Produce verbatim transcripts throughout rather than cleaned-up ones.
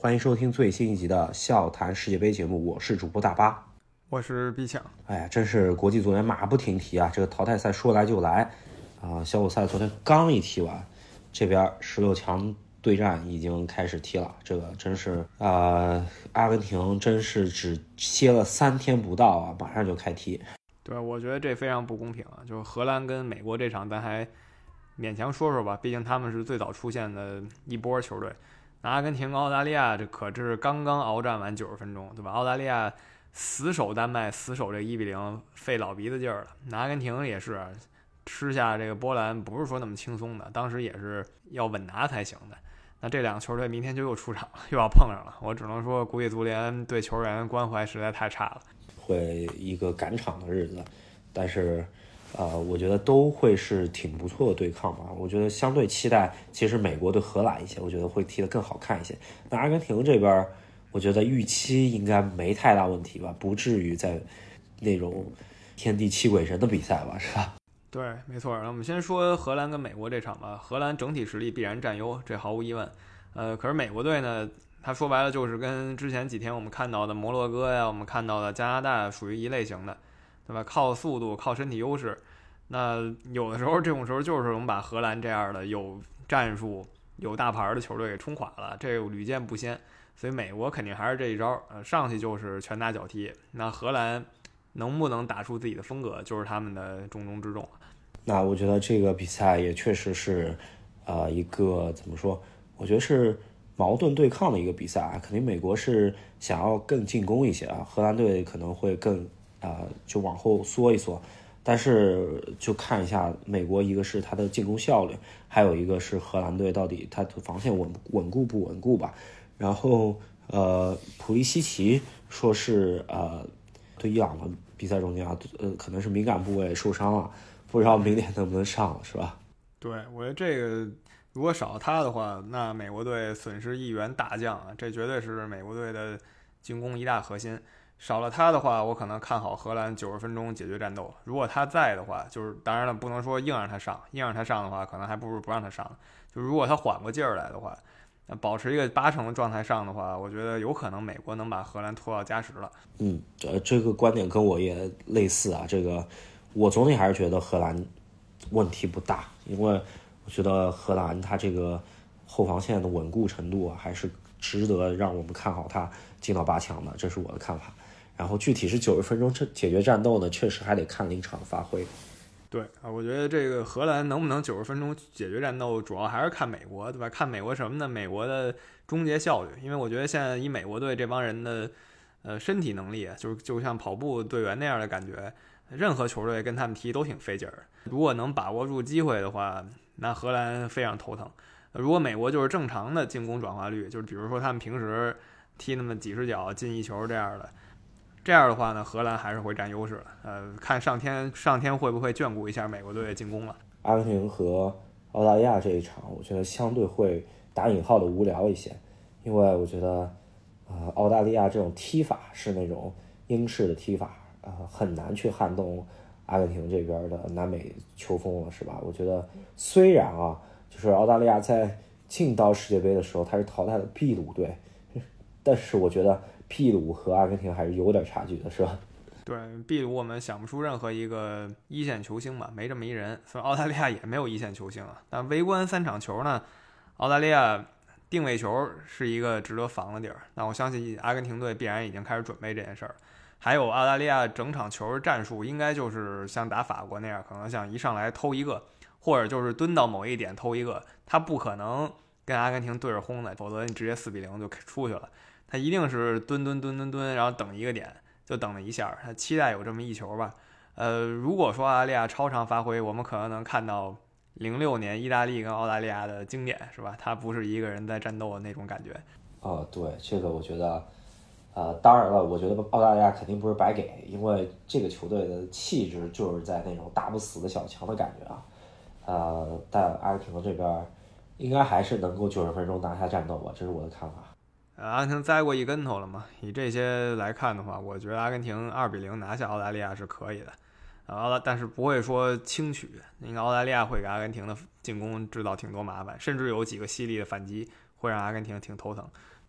欢迎收听最新一集的笑谈世界杯节目，我是主播大巴， 我是毕强。 哎呀，真是国际足联马不停蹄啊！这个淘汰赛说来就来啊、呃！小组赛昨天刚一踢完，这边十六强对战已经开始踢了，这个真是啊、呃，阿根廷真是只歇了三天不到啊，马上就开踢。 对，我觉得这非常不公平啊！就是荷兰跟美国这场，咱还勉强说说吧，毕竟他们是最早出现的一波球队。那阿根廷、澳大利亚这可是刚刚鏖战完九十分钟，对吧？澳大利亚死守丹麦，死守这一比零，费老鼻子劲儿了。那阿根廷也是吃下这个波兰，不是说那么轻松的，当时也是要稳拿才行的。那这两个球队明天就又出场，又要碰上了。我只能说，国际足联对球员关怀实在太差了， 会一个赶场的日子，但是。呃，我觉得都会是挺不错的对抗吧。我觉得相对期待，其实美国对荷兰一些，我觉得会踢得更好看一些。那阿根廷这边，我觉得预期应该没太大问题吧，不至于在那种天地泣鬼神的比赛吧，是吧？ 对，没错。那我们先说荷兰跟美国这场吧。荷兰整体实力必然占优，这毫无疑问。呃，可是美国队呢，他说白了就是跟之前几天我们看到的摩洛哥呀，我们看到的加拿大属于一类型的。对吧？靠速度，靠身体优势。那有的时候这种时候就是我们把荷兰这样的有战术、有大牌的球队给冲垮了，这个屡见不鲜。所以美国肯定还是这一招，呃，上去就是拳打脚踢。那荷兰能不能打出自己的风格，就是他们的重中之重了。 那我觉得这个比赛也确实是，呃，一个怎么说？我觉得是矛盾对抗的一个比赛啊。肯定美国是想要更进攻一些啊，荷兰队可能会更。啊、呃，就往后缩一缩，但是就看一下美国，一个是他的进攻效率，还有一个是荷兰队到底他的防线稳稳固不稳固吧。然后呃，普利西奇说是呃对伊朗的比赛中间啊，呃可能是敏感部位受伤了，不知道明年能不能上了，是吧？ 对，我觉得这个如果少他的话，那美国队损失一员大将啊，这绝对是美国队的进攻一大核心。少了他的话，我可能看好荷兰九十分钟解决战斗。如果他在的话，就是当然了，不能说硬让他上，硬让他上的话，可能还不如不让他上。就如果他缓过劲儿来的话，那保持一个八成的状态上的话，我觉得有可能美国能把荷兰拖到加时了。 嗯，这这个观点跟我也类似啊。这个我总体还是觉得荷兰问题不大，因为我觉得荷兰他这个后防线的稳固程度啊，还是值得让我们看好他进到八强的，这是我的看法。然后具体是九十分钟解决战斗呢，确实还得看临场发挥。 对啊，我觉得这个荷兰能不能九十分钟解决战斗，主要还是看美国，对吧？看美国什么呢？美国的终结效率，因为我觉得现在以美国队这帮人的呃身体能力，就是就像跑步队员那样的感觉，任何球队跟他们踢都挺费劲儿。如果能把握住机会的话，那荷兰非常头疼。如果美国就是正常的进攻转化率，就是比如说他们平时踢那么几十脚进一球这样的。这样的话呢，荷兰还是会占优势的。呃，看上天上天会不会眷顾一下美国队的进攻了。 阿根廷和澳大利亚这一场，我觉得相对会打引号的无聊一些，因为我觉得，呃，澳大利亚这种踢法是那种英式的踢法，呃，很难去撼动阿根廷这边的南美球风了，是吧？我觉得虽然啊，就是澳大利亚在进到世界杯的时候，他是淘汰了秘鲁队，但是我觉得。秘鲁和阿根廷还是有点差距的，是吧？ 对，秘鲁我们想不出任何一个一线球星吧，没这么一人。所以澳大利亚也没有一线球星啊。但围观三场球呢，澳大利亚定位球是一个值得防的地儿。那我相信阿根廷队必然已经开始准备这件事儿。还有澳大利亚整场球战术应该就是像打法国那样，可能像一上来偷一个，或者就是蹲到某一点偷一个，他不可能跟阿根廷对着轰的，否则你直接四比零就出去了。他一定是蹲蹲蹲蹲蹲，然后等一个点，就等了一下。他期待有这么一球吧。呃，如果说澳大利亚超常发挥，我们可能能看到零六年意大利跟澳大利亚的经典，是吧？他不是一个人在战斗的那种感觉。 哦，对，这个我觉得，呃，当然了，我觉得澳大利亚肯定不是白给，因为这个球队的气质就是在那种打不死的小强的感觉啊。呃，但阿根廷这边应该还是能够九十分钟拿下战斗吧，这是我的看法。 阿根廷栽过一跟头了嘛？以这些来看的话，我觉得阿根廷二比零拿下澳大利亚是可以的，啊，但是不会说轻取，因为澳大利亚会给阿根廷的进攻制造挺多麻烦，甚至有几个犀利的反击会让阿根廷挺头疼。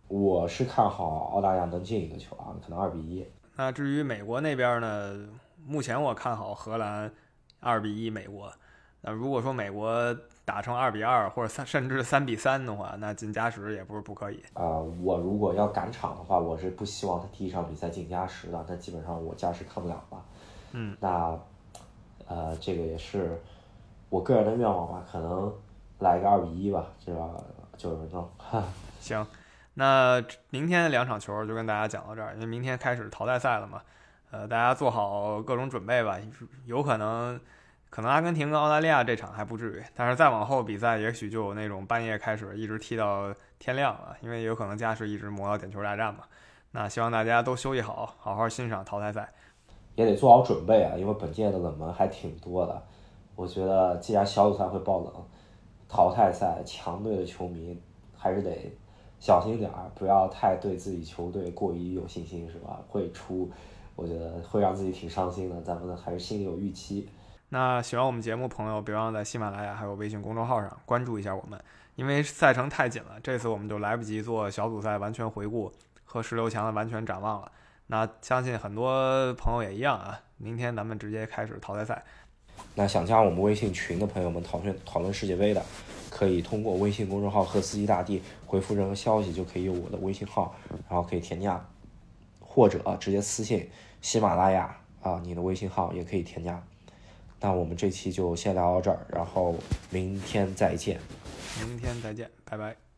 我是看好澳大利亚能进一个球啊，可能二比一。 那至于美国那边呢，目前我看好荷兰二比一美国。那如果说美国打成二比二或者三甚至三比三的话，那进加时也不是不可以啊、呃。我如果要赶场的话，我是不希望他第一场比赛进加时的，但基本上我加时看不了了。 嗯， 那呃，这个也是我个人的愿望吧，可能来个二比一吧，这个就是弄。 行，那明天的两场球就跟大家讲到这儿，因为明天开始淘汰赛了嘛，呃，大家做好各种准备吧，有可能。可能阿根廷跟澳大利亚这场还不至于，但是再往后比赛也许就有那种半夜开始一直踢到天亮了，因为有可能加时一直磨到点球大战嘛。那希望大家都休息好，好好欣赏淘汰赛， 也得做好准备啊，因为本届的冷门还挺多的。我觉得既然小组赛会爆冷，淘汰赛强队的球迷还是得小心点儿，不要太对自己球队过于有信心，是吧？会出，我觉得会让自己挺伤心的。咱们还是心里有预期。 那喜欢我们节目朋友，别忘了在喜马拉雅还有微信公众号上关注一下我们，因为赛程太紧了，这次我们就来不及做小组赛完全回顾和十六强的完全展望了。那相信很多朋友也一样啊，明天咱们直接开始淘汰赛。 那想加我们微信群的朋友们讨论讨论世界杯的，可以通过微信公众号赫斯基大帝回复任何消息，就可以有我的微信号，然后可以添加，或者直接私信喜马拉雅啊，你的微信号也可以添加。那我们这期就先聊到这儿，然后明天再见。 明天再见，拜拜。